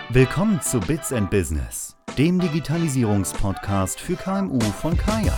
Willkommen zu Bits & Business, dem Digitalisierungspodcast für KMU von Kaya.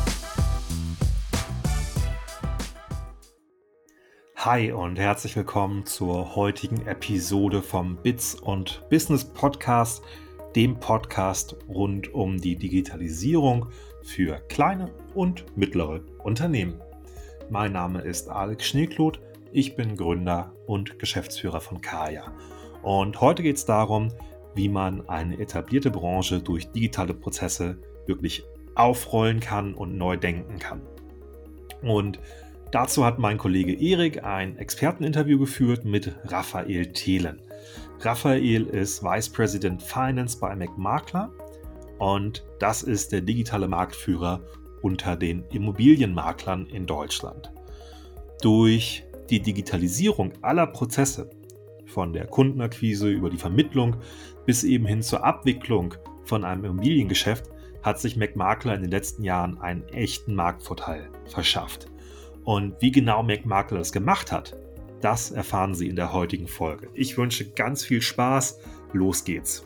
Hi und herzlich willkommen zur heutigen Episode vom Bits & Business Podcast, dem Podcast rund um die Digitalisierung für kleine und mittlere Unternehmen. Mein Name ist Alex Schneekloth, ich bin Gründer und Geschäftsführer von Kaya. Und heute geht es darum, wie man eine etablierte Branche durch digitale Prozesse wirklich aufrollen kann und neu denken kann. Und dazu hat mein Kollege Erik ein Experteninterview geführt mit Raphael Thelen. Raphael ist Vice President Finance bei McMakler und das ist der digitale Marktführer unter den Immobilienmaklern in Deutschland. Durch die Digitalisierung aller Prozesse, von der Kundenakquise über die Vermittlung bis eben hin zur Abwicklung von einem Immobiliengeschäft, hat sich McMakler in den letzten Jahren einen echten Marktvorteil verschafft. Und wie genau McMakler das gemacht hat, das erfahren Sie in der heutigen Folge. Ich wünsche ganz viel Spaß. Los geht's.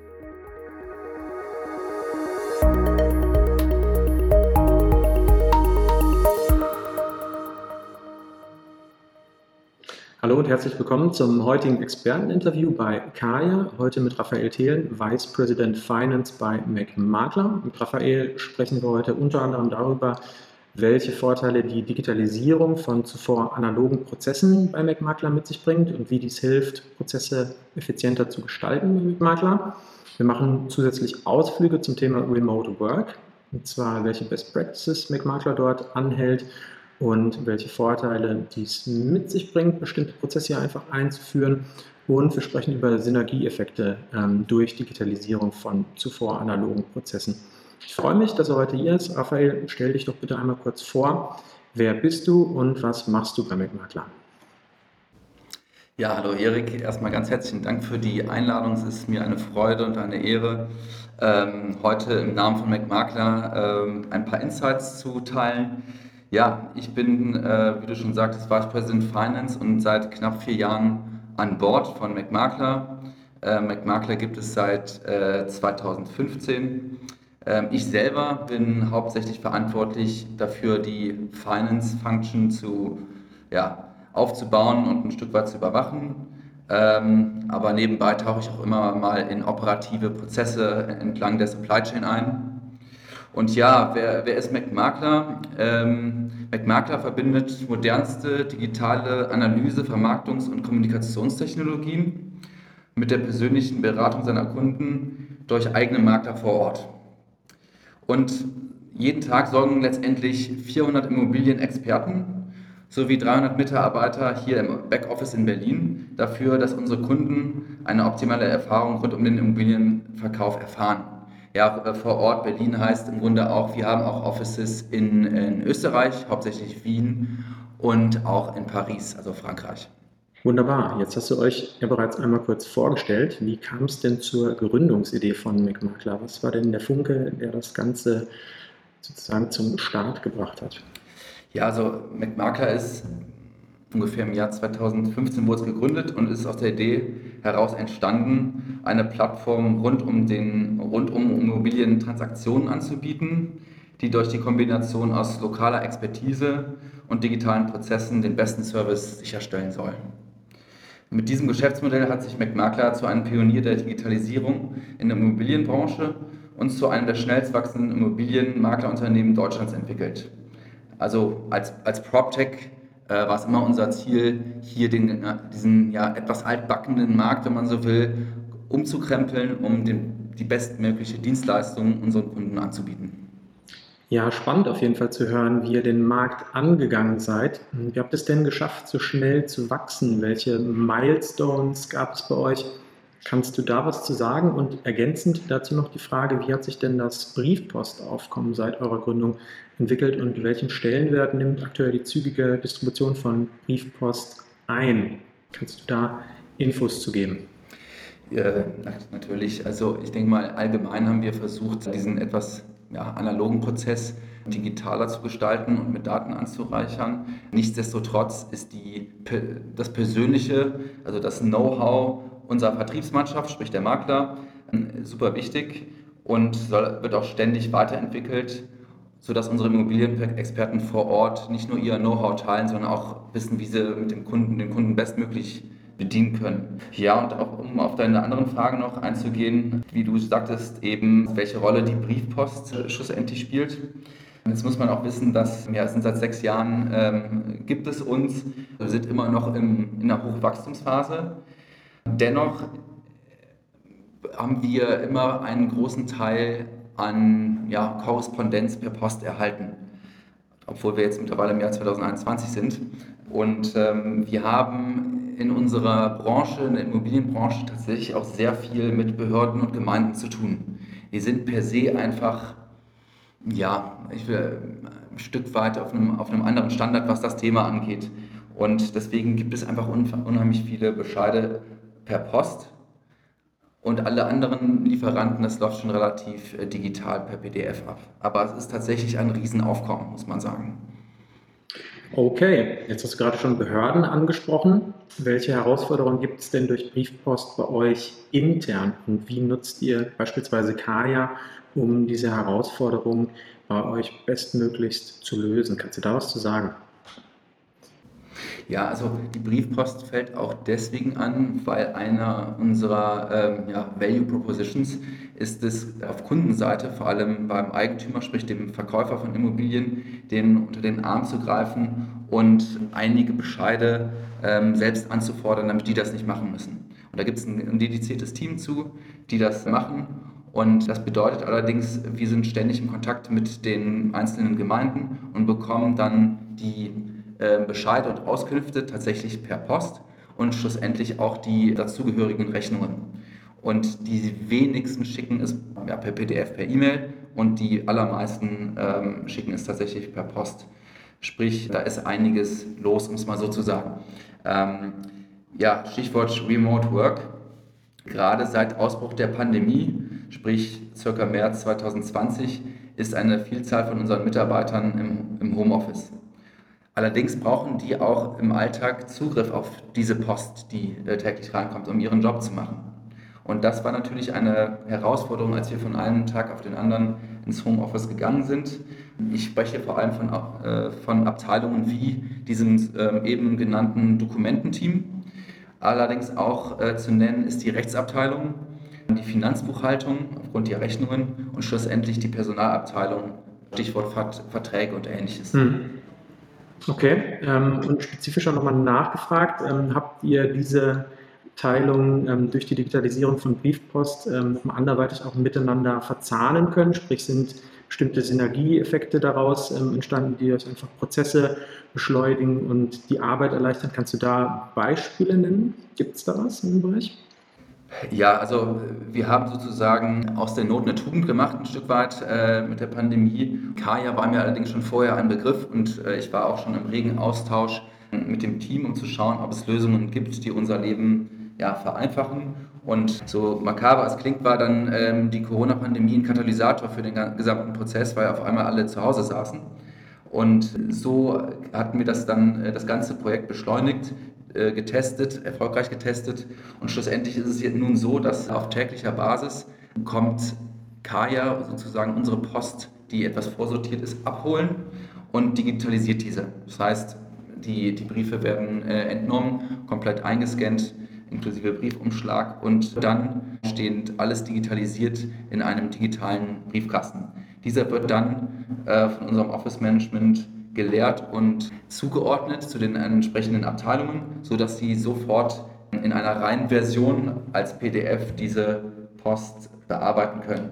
Hallo und herzlich willkommen zum heutigen Experteninterview bei Kaya. Heute mit Raphael Thelen, Vice President Finance bei McMakler. Mit Raphael sprechen wir heute unter anderem darüber, welche Vorteile die Digitalisierung von zuvor analogen Prozessen bei McMakler mit sich bringt und wie dies hilft, Prozesse effizienter zu gestalten bei McMakler. Wir machen zusätzlich Ausflüge zum Thema Remote Work, und zwar welche Best Practices McMakler dort anhält und welche Vorteile dies mit sich bringt, bestimmte Prozesse hier einfach einzuführen. Und wir sprechen über Synergieeffekte durch Digitalisierung von zuvor analogen Prozessen. Ich freue mich, dass er heute hier ist. Raphael, stell dich doch bitte einmal kurz vor. Wer bist du und was machst du bei McMakler? Ja, hallo Erik. Erstmal ganz herzlichen Dank für die Einladung. Es ist mir eine Freude und eine Ehre, heute im Namen von McMakler ein paar Insights zu teilen. Ja, ich bin, wie du schon sagtest, Vice President Finance und seit knapp 4 Jahren an Bord von McMakler. McMakler gibt es seit 2015. Ich selber bin hauptsächlich verantwortlich dafür, die Finance-Function aufzubauen und ein Stück weit zu überwachen. Aber nebenbei tauche ich auch immer mal in operative Prozesse entlang der Supply Chain ein. Und ja, wer ist McMakler? McMakler verbindet modernste digitale Analyse, Vermarktungs- und Kommunikationstechnologien mit der persönlichen Beratung seiner Kunden durch eigene Makler vor Ort. Und jeden Tag sorgen letztendlich 400 Immobilienexperten sowie 300 Mitarbeiter hier im Backoffice in Berlin dafür, dass unsere Kunden eine optimale Erfahrung rund um den Immobilienverkauf erfahren. Ja, vor Ort Berlin heißt im Grunde auch, wir haben auch Offices in Österreich, hauptsächlich Wien und auch in Paris, also Frankreich. Wunderbar, jetzt hast du euch ja bereits einmal kurz vorgestellt. Wie kam es denn zur Gründungsidee von McMakler? Was war denn der Funke, der das Ganze sozusagen zum Start gebracht hat? Ja, also McMakler ist ungefähr im Jahr 2015 wurde es gegründet und ist aus der Idee heraus entstanden, eine Plattform rund um Immobilientransaktionen anzubieten, die durch die Kombination aus lokaler Expertise und digitalen Prozessen den besten Service sicherstellen soll. Mit diesem Geschäftsmodell hat sich McMakler zu einem Pionier der Digitalisierung in der Immobilienbranche und zu einem der schnellst wachsenden Immobilienmaklerunternehmen Deutschlands entwickelt. Also als PropTech war es immer unser Ziel, hier diesen etwas altbackenen Markt, wenn man so will, umzukrempeln, um die bestmögliche Dienstleistung unseren Kunden anzubieten. Ja, spannend auf jeden Fall zu hören, wie ihr den Markt angegangen seid. Wie habt ihr es denn geschafft, so schnell zu wachsen? Welche Milestones gab es bei euch? Kannst du da was zu sagen? Und ergänzend dazu noch die Frage, wie hat sich denn das Briefpostaufkommen seit eurer Gründung entwickelt und welchen Stellenwert nimmt aktuell die zügige Distribution von Briefpost ein? Kannst du da Infos zu geben? Ja, natürlich. Also ich denke mal, allgemein haben wir versucht, diesen etwas analogen Prozess digitaler zu gestalten und mit Daten anzureichern. Nichtsdestotrotz ist das Persönliche, also das Know-how unserer Vertriebsmannschaft, sprich der Makler, super wichtig und wird auch ständig weiterentwickelt, sodass unsere Immobilienexperten vor Ort nicht nur ihr Know-how teilen, sondern auch wissen, wie sie mit den Kunden bestmöglich bedienen können. Ja, und auch um auf deine anderen Fragen noch einzugehen, wie du sagtest, eben welche Rolle die Briefpost schlussendlich spielt. Jetzt muss man auch wissen, dass es sind seit 6 Jahren gibt es uns. Wir sind immer noch in einer Hochwachstumsphase. Dennoch haben wir immer einen großen Teil an Korrespondenz per Post erhalten, obwohl wir jetzt mittlerweile im Jahr 2021 sind. Und wir haben in unserer Branche, in der Immobilienbranche, tatsächlich auch sehr viel mit Behörden und Gemeinden zu tun. Wir sind per se einfach, ein Stück weit auf einem anderen Standard, was das Thema angeht. Und deswegen gibt es einfach unheimlich viele Bescheide per Post. Und alle anderen Lieferanten, das läuft schon relativ digital per PDF ab. Aber es ist tatsächlich ein Riesenaufkommen, muss man sagen. Okay, jetzt hast du gerade schon Behörden angesprochen. Welche Herausforderungen gibt es denn durch Briefpost bei euch intern? Und wie nutzt ihr beispielsweise Kaya, um diese Herausforderungen bei euch bestmöglichst zu lösen? Kannst du da was zu sagen? Ja, also die Briefpost fällt auch deswegen an, weil einer unserer Value Propositions ist es auf Kundenseite, vor allem beim Eigentümer, sprich dem Verkäufer von Immobilien, denen unter den Arm zu greifen und einige Bescheide selbst anzufordern, damit die das nicht machen müssen. Und da gibt es ein dediziertes Team zu, die das machen. Und das bedeutet allerdings, wir sind ständig im Kontakt mit den einzelnen Gemeinden und bekommen dann die Bescheide und Auskünfte tatsächlich per Post und schlussendlich auch die dazugehörigen Rechnungen. Und die wenigsten schicken es per PDF, per E-Mail und die allermeisten schicken es tatsächlich per Post. Sprich, da ist einiges los, um es mal so zu sagen. Stichwort Remote Work. Gerade seit Ausbruch der Pandemie, sprich ca. März 2020, ist eine Vielzahl von unseren Mitarbeitern im Homeoffice. Allerdings brauchen die auch im Alltag Zugriff auf diese Post, die täglich reinkommt, um ihren Job zu machen. Und das war natürlich eine Herausforderung, als wir von einem Tag auf den anderen ins Homeoffice gegangen sind. Ich spreche vor allem von Abteilungen wie diesem eben genannten Dokumententeam. Allerdings auch zu nennen ist die Rechtsabteilung, die Finanzbuchhaltung aufgrund der Rechnungen und schlussendlich die Personalabteilung, Stichwort Verträge und Ähnliches. Okay, und spezifischer nochmal nachgefragt, habt ihr diese Teilung durch die Digitalisierung von Briefpost anderweitig auch miteinander verzahnen können? Sprich, sind bestimmte Synergieeffekte daraus entstanden, die euch einfach Prozesse beschleunigen und die Arbeit erleichtern? Kannst du da Beispiele nennen? Gibt es da was in dem Bereich? Ja, also wir haben sozusagen aus der Not eine Tugend gemacht, ein Stück weit mit der Pandemie. Kaya war mir allerdings schon vorher ein Begriff und ich war auch schon im regen Austausch mit dem Team, um zu schauen, ob es Lösungen gibt, die unser Leben vereinfachen. Und so makaber es klingt, war dann die Corona-Pandemie ein Katalysator für den gesamten Prozess, weil auf einmal alle zu Hause saßen. Und so hatten wir das ganze Projekt beschleunigt, erfolgreich getestet und schlussendlich ist es jetzt nun so, dass auf täglicher Basis kommt Kaya sozusagen unsere Post, die etwas vorsortiert ist, abholen und digitalisiert diese. Das heißt, die Briefe werden entnommen, komplett eingescannt, inklusive Briefumschlag und dann steht alles digitalisiert in einem digitalen Briefkasten. Dieser wird dann von unserem Office Management geleert und zugeordnet zu den entsprechenden Abteilungen, sodass sie sofort in einer reinen Version als PDF diese Post bearbeiten können.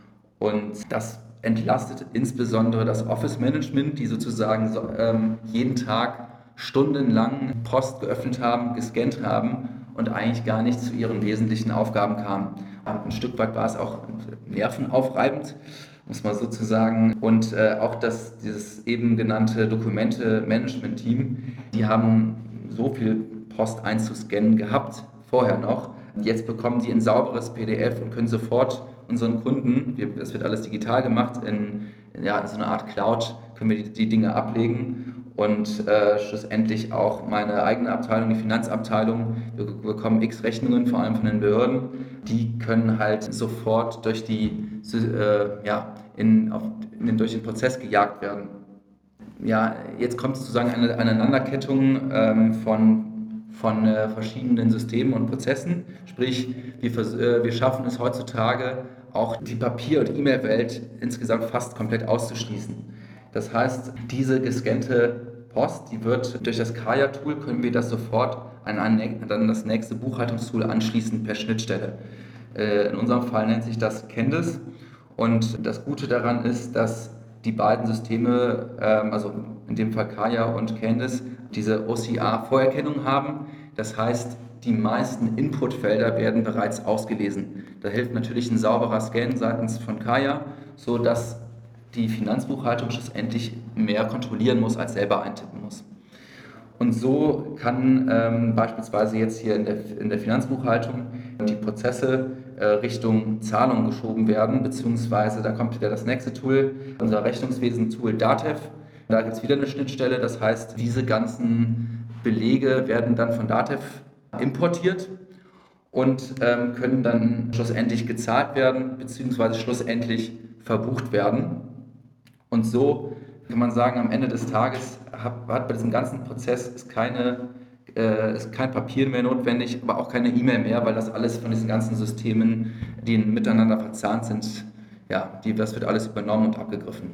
Und das entlastet insbesondere das Office Management, die sozusagen jeden Tag stundenlang Post geöffnet haben, gescannt haben und eigentlich gar nicht zu ihren wesentlichen Aufgaben kamen. Und ein Stück weit war es auch nervenaufreibend, muss man so zu sagen. Und auch dieses eben genannte Dokumente-Management-Team, die haben so viel Post einzuscannen gehabt, vorher noch. Jetzt bekommen die ein sauberes PDF und können sofort unseren Kunden, das wird alles digital gemacht, in so einer Art Cloud, können wir die Dinge ablegen und schlussendlich auch meine eigene Abteilung, die Finanzabteilung. Wir bekommen x Rechnungen, vor allem von den Behörden. Die können halt sofort durch durch den Prozess gejagt werden. Ja, jetzt kommt sozusagen eine Aneinanderkettung von verschiedenen Systemen und Prozessen. Sprich, wir schaffen es heutzutage auch die Papier- und E-Mail-Welt insgesamt fast komplett auszuschließen. Das heißt, diese gescannte Post, die wird durch das Kaya-Tool, können wir das sofort an das nächste Buchhaltungstool anschließen per Schnittstelle. In unserem Fall nennt sich das Candice, und das Gute daran ist, dass die beiden Systeme, also in dem Fall Kaya und Candice, diese OCR-Vorerkennung haben. Das heißt, die meisten Inputfelder werden bereits ausgelesen. Da hilft natürlich ein sauberer Scan seitens von Kaya, sodass die Finanzbuchhaltung schlussendlich mehr kontrollieren muss, als selber eintippen muss. Und so kann beispielsweise jetzt hier in der Finanzbuchhaltung die Prozesse Richtung Zahlung geschoben werden, beziehungsweise da kommt wieder das nächste Tool, unser Rechnungswesen-Tool DATEV. Da gibt es wieder eine Schnittstelle, das heißt, diese ganzen Belege werden dann von DATEV importiert und können dann schlussendlich gezahlt werden, beziehungsweise schlussendlich verbucht werden. Und so kann man sagen, am Ende des Tages hat bei diesem ganzen Prozess ist kein Papier mehr notwendig, aber auch keine E-Mail mehr, weil das alles von diesen ganzen Systemen, die miteinander verzahnt sind, das wird alles übernommen und abgegriffen.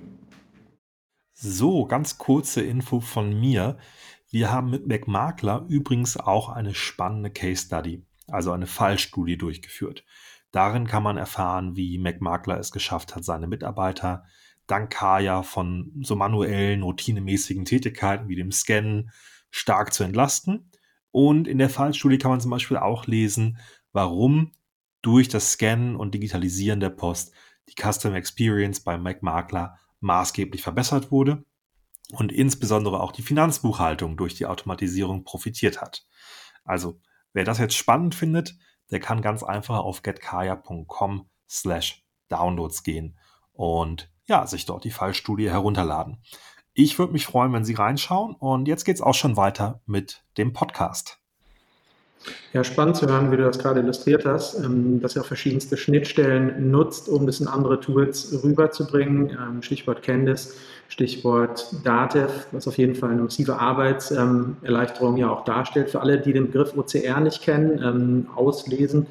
So, ganz kurze Info von mir. Wir haben mit McMakler übrigens auch eine spannende Case Study, also eine Fallstudie durchgeführt. Darin kann man erfahren, wie McMakler es geschafft hat, seine Mitarbeiter dank Kaya von so manuellen, routinemäßigen Tätigkeiten wie dem Scannen stark zu entlasten. Und in der Fallstudie kann man zum Beispiel auch lesen, warum durch das Scannen und Digitalisieren der Post die Customer Experience bei McMakler maßgeblich verbessert wurde und insbesondere auch die Finanzbuchhaltung durch die Automatisierung profitiert hat. Also, wer das jetzt spannend findet, der kann ganz einfach auf getkaya.com/downloads gehen und sich dort die Fallstudie herunterladen. Ich würde mich freuen, wenn Sie reinschauen, und jetzt geht es auch schon weiter mit dem Podcast. Ja, spannend zu hören, wie du das gerade illustriert hast, dass ihr auch verschiedenste Schnittstellen nutzt, um das in andere Tools rüberzubringen. Stichwort Candice, Stichwort DATEV, was auf jeden Fall eine massive Arbeitserleichterung ja auch darstellt. Für alle, die den Begriff OCR nicht kennen, Auslesen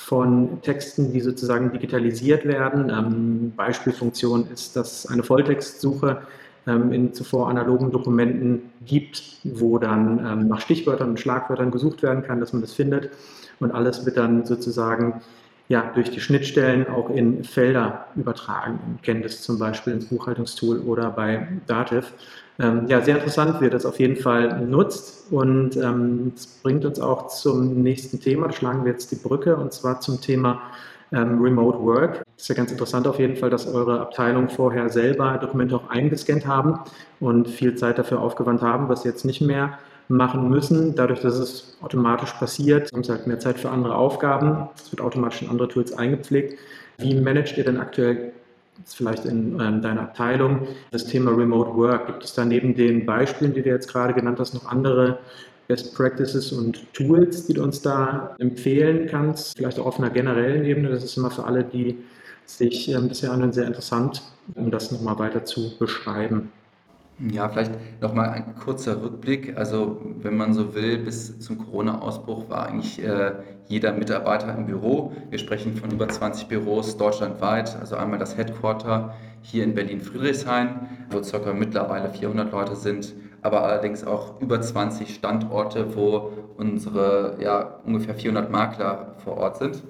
von Texten, die sozusagen digitalisiert werden. Beispielfunktion ist, dass eine Volltextsuche in zuvor analogen Dokumenten gibt, wo dann nach Stichwörtern und Schlagwörtern gesucht werden kann, dass man das findet, und alles wird dann sozusagen durch die Schnittstellen auch in Felder übertragen. In Candice zum Beispiel ins Buchhaltungstool oder bei DATEV. Sehr interessant, wie ihr das auf jeden Fall nutzt, und das bringt uns auch zum nächsten Thema. Da schlagen wir jetzt die Brücke, und zwar zum Thema Remote Work. Das ist ja ganz interessant auf jeden Fall, dass eure Abteilung vorher selber Dokumente auch eingescannt haben und viel Zeit dafür aufgewandt haben, was sie jetzt nicht mehr machen müssen. Dadurch, dass es automatisch passiert, haben sie halt mehr Zeit für andere Aufgaben. Es wird automatisch in andere Tools eingepflegt. Wie managt ihr denn aktuell, vielleicht in deiner Abteilung, das Thema Remote Work? Gibt es da neben den Beispielen, die du jetzt gerade genannt hast, noch andere Best Practices und Tools, die du uns da empfehlen kannst? Vielleicht auch auf einer generellen Ebene. Das ist immer für alle, die sich bisher anhören, sehr interessant, um das nochmal weiter zu beschreiben. Ja, vielleicht nochmal ein kurzer Rückblick. Also wenn man so will, bis zum Corona-Ausbruch war eigentlich jeder Mitarbeiter im Büro. Wir sprechen von über 20 Büros deutschlandweit, also einmal das Headquarter hier in Berlin-Friedrichshain, wo ca. mittlerweile 400 Leute sind, aber allerdings auch über 20 Standorte, wo unsere ungefähr 400 Makler vor Ort sind.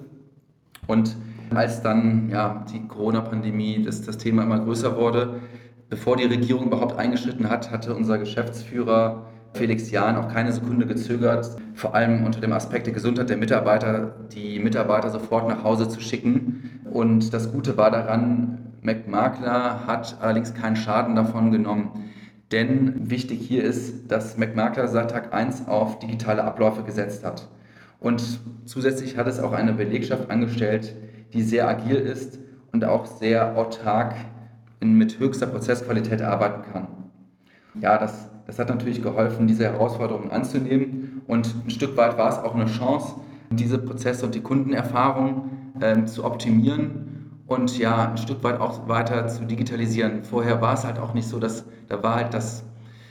Und als dann die Corona-Pandemie, das Thema immer größer wurde, bevor die Regierung überhaupt eingeschritten hat, hatte unser Geschäftsführer Felix Jahn auch keine Sekunde gezögert, vor allem unter dem Aspekt der Gesundheit der Mitarbeiter, die Mitarbeiter sofort nach Hause zu schicken. Und das Gute war daran, McMakler hat allerdings keinen Schaden davon genommen. Denn wichtig hier ist, dass McMakler seit Tag 1 auf digitale Abläufe gesetzt hat. Und zusätzlich hat es auch eine Belegschaft angestellt, die sehr agil ist und auch sehr autark mit höchster Prozessqualität arbeiten kann. Ja, das Das hat natürlich geholfen, diese Herausforderungen anzunehmen und ein Stück weit war es auch eine Chance, diese Prozesse und die Kundenerfahrung zu optimieren und ja, ein Stück weit auch weiter zu digitalisieren. Vorher war es halt auch nicht so, da war halt das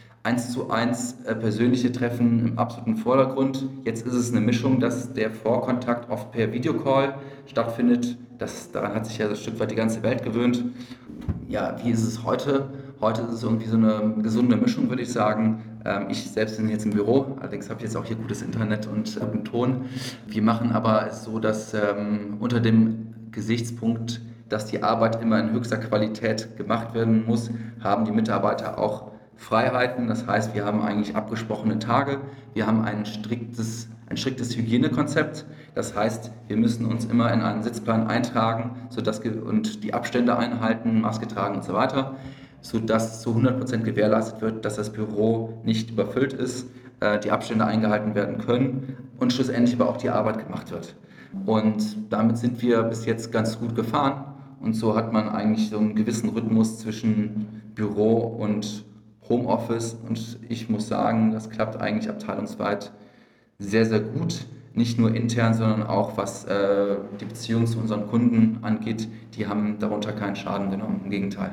1:1 persönliche Treffen im absoluten Vordergrund. Jetzt ist es eine Mischung, dass der Vorkontakt oft per Videocall stattfindet. Daran hat sich ja ein Stück weit die ganze Welt gewöhnt. Ja, wie ist es heute? Heute ist es irgendwie so eine gesunde Mischung, würde ich sagen. Ich selbst bin jetzt im Büro, allerdings habe ich jetzt auch hier gutes Internet und guten Ton. Wir machen aber es so, dass unter dem Gesichtspunkt, dass die Arbeit immer in höchster Qualität gemacht werden muss, haben die Mitarbeiter auch Freiheiten. Das heißt, wir haben eigentlich abgesprochene Tage. Wir haben ein striktes Hygienekonzept. Das heißt, wir müssen uns immer in einen Sitzplan eintragen, und die Abstände einhalten, Maske tragen und so weiter, sodass zu 100% gewährleistet wird, dass das Büro nicht überfüllt ist, die Abstände eingehalten werden können und schlussendlich aber auch die Arbeit gemacht wird. Und damit sind wir bis jetzt ganz gut gefahren und so hat man eigentlich so einen gewissen Rhythmus zwischen Büro und Homeoffice und ich muss sagen, das klappt eigentlich abteilungsweit sehr, sehr gut. Nicht nur intern, sondern auch was die Beziehung zu unseren Kunden angeht. Die haben darunter keinen Schaden genommen, im Gegenteil.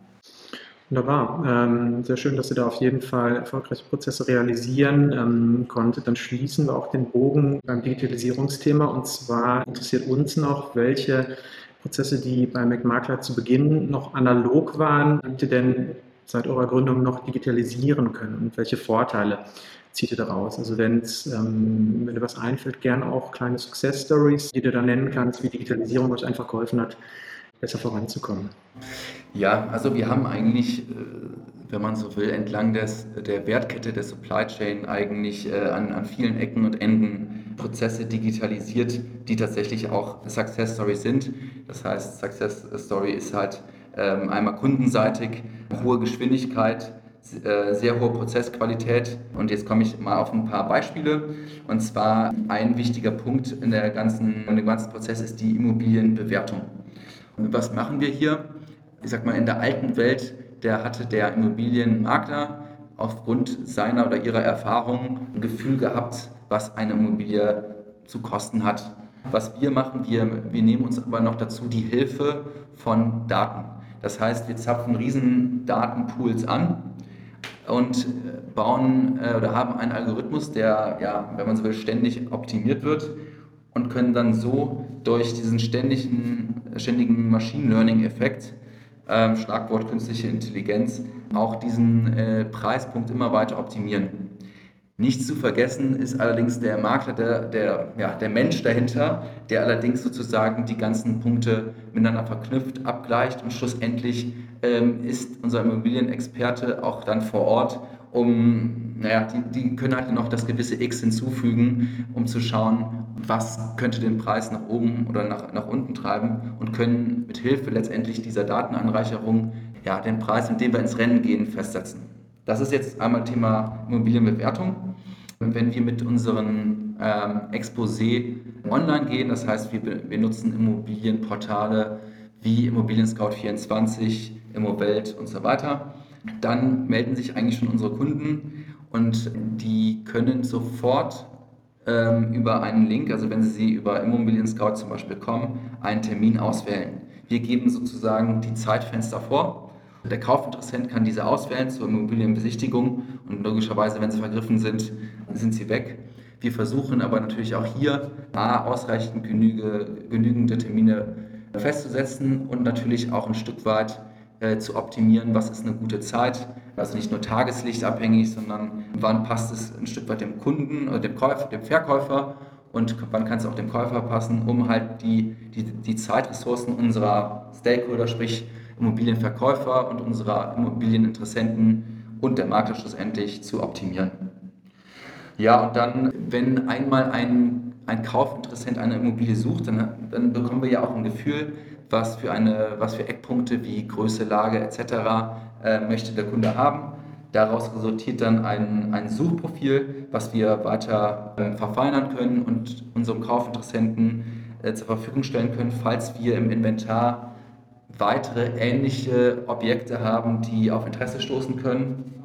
Wunderbar. Sehr schön, dass ihr da auf jeden Fall erfolgreiche Prozesse realisieren konntet. Dann schließen wir auch den Bogen beim Digitalisierungsthema. Und zwar interessiert uns noch, welche Prozesse, die bei McMakler zu Beginn noch analog waren, habt ihr denn seit eurer Gründung noch digitalisieren können und welche Vorteile zieht ihr daraus? Also wenn dir was einfällt, gerne auch kleine Success Stories, die du da nennen kannst, wie Digitalisierung euch einfach geholfen hat, besser voranzukommen. Ja, also wir haben eigentlich, wenn man so will, entlang der Wertkette der Supply Chain eigentlich an vielen Ecken und Enden Prozesse digitalisiert, die tatsächlich auch Success Stories sind. Das heißt, Success Story ist halt einmal kundenseitig, hohe Geschwindigkeit, sehr hohe Prozessqualität und jetzt komme ich mal auf ein paar Beispiele und zwar ein wichtiger Punkt in dem ganzen Prozess ist die Immobilienbewertung. Und was machen wir hier? Ich sag mal, in der alten Welt, hatte der Immobilienmakler aufgrund seiner oder ihrer Erfahrung ein Gefühl gehabt, was eine Immobilie zu kosten hat. Was wir machen, wir nehmen uns aber noch dazu die Hilfe von Daten. Das heißt, wir zapfen riesen Datenpools an und bauen oder haben einen Algorithmus, der, ja, wenn man so will, ständig optimiert wird und können dann so durch diesen ständigen Machine Learning-Effekt, Schlagwort künstliche Intelligenz, auch diesen Preispunkt immer weiter optimieren. Nicht zu vergessen ist allerdings der Makler, der Mensch dahinter, der allerdings sozusagen die ganzen Punkte miteinander verknüpft, abgleicht und schlussendlich ist unser Immobilienexperte auch dann vor Ort, die können halt noch das gewisse X hinzufügen, um zu schauen, was könnte den Preis nach oben oder nach unten treiben und können mit Hilfe letztendlich dieser Datenanreicherung den Preis, mit dem wir ins Rennen gehen, festsetzen. Das ist jetzt einmal Thema Immobilienbewertung. Wenn wir mit unseren Exposé online gehen, das heißt, wir nutzen Immobilienportale wie Immobilien Scout24, Immowelt und so weiter, dann melden sich eigentlich schon unsere Kunden und die können sofort über einen Link, also wenn sie über Immobilien Scout zum Beispiel kommen, einen Termin auswählen. Wir geben sozusagen die Zeitfenster vor. Der Kaufinteressent kann diese auswählen zur Immobilienbesichtigung und logischerweise, wenn sie vergriffen sind, sind sie weg. Wir versuchen aber natürlich auch hier ausreichend genügende Termine festzusetzen und natürlich auch ein Stück weit zu optimieren, was ist eine gute Zeit. Also nicht nur tageslichtabhängig, sondern wann passt es ein Stück weit dem Kunden oder dem Verkäufer und wann kann es auch dem Käufer passen, um halt die Zeitressourcen unserer Stakeholder, sprich Immobilienverkäufer und unserer Immobilieninteressenten und der Makler schlussendlich zu optimieren. Ja, und dann, wenn einmal ein Kaufinteressent eine Immobilie sucht, dann bekommen wir ja auch ein Gefühl, was für Eckpunkte wie Größe, Lage etc. Möchte der Kunde haben. Daraus resultiert dann ein Suchprofil, was wir weiter verfeinern können und unserem Kaufinteressenten zur Verfügung stellen können, falls wir im Inventar weitere ähnliche Objekte haben, die auf Interesse stoßen können.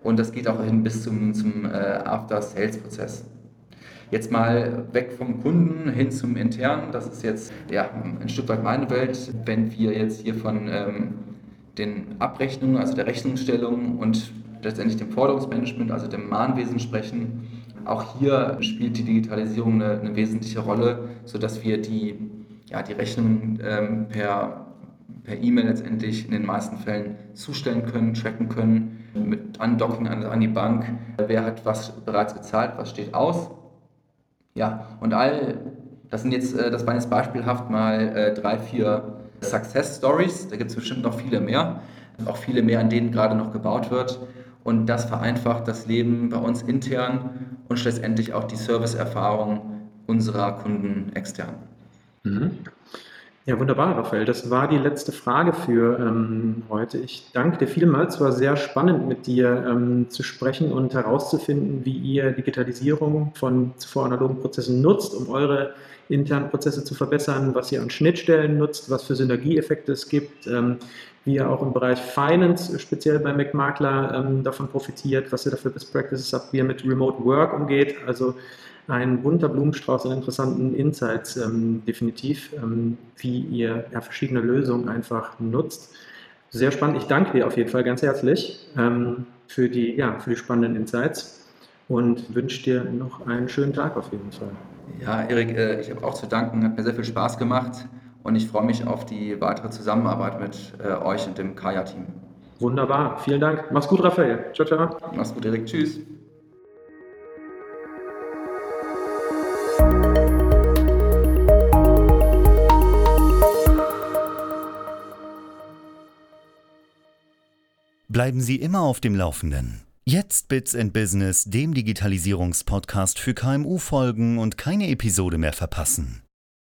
und das geht auch hin bis zum After-Sales-Prozess. Jetzt mal weg vom Kunden hin zum Internen, das ist jetzt ein Stück weit meine Welt. Wenn wir jetzt hier von den Abrechnungen, also der Rechnungsstellung und letztendlich dem Forderungsmanagement, also dem Mahnwesen sprechen, auch hier spielt die Digitalisierung eine wesentliche Rolle, sodass wir die Rechnungen per E-Mail letztendlich in den meisten Fällen zustellen können, tracken können, mit Andocken an die Bank, wer hat was bereits bezahlt, was steht aus. Ja, und das waren jetzt beispielhaft mal 3, 4 Success Stories, da gibt es bestimmt noch viele mehr, auch viele mehr, an denen gerade noch gebaut wird. Und das vereinfacht das Leben bei uns intern und schlussendlich auch die Serviceerfahrung unserer Kunden extern. Mhm. Ja, wunderbar, Raphael. Das war die letzte Frage für heute. Ich danke dir vielmals. Es war sehr spannend, mit dir zu sprechen und herauszufinden, wie ihr Digitalisierung von zuvor analogen Prozessen nutzt, um eure internen Prozesse zu verbessern, was ihr an Schnittstellen nutzt, was für Synergieeffekte es gibt, wie ihr auch im Bereich Finance, speziell bei McMakler, davon profitiert, was ihr dafür Best Practices habt, wie ihr mit Remote Work umgeht. Also ein bunter Blumenstrauß an interessanten Insights, definitiv, wie ihr verschiedene Lösungen einfach nutzt. Sehr spannend. Ich danke dir auf jeden Fall ganz herzlich für die spannenden Insights und wünsche dir noch einen schönen Tag auf jeden Fall. Ja, Erik, ich habe auch zu danken, hat mir sehr viel Spaß gemacht und ich freue mich auf die weitere Zusammenarbeit mit euch und dem Kaya-Team. Wunderbar, vielen Dank. Mach's gut, Raphael. Ciao, ciao. Mach's gut, Erik. Tschüss. Bleiben Sie immer auf dem Laufenden. Jetzt Bits & Business, dem Digitalisierungspodcast für KMU folgen und keine Episode mehr verpassen.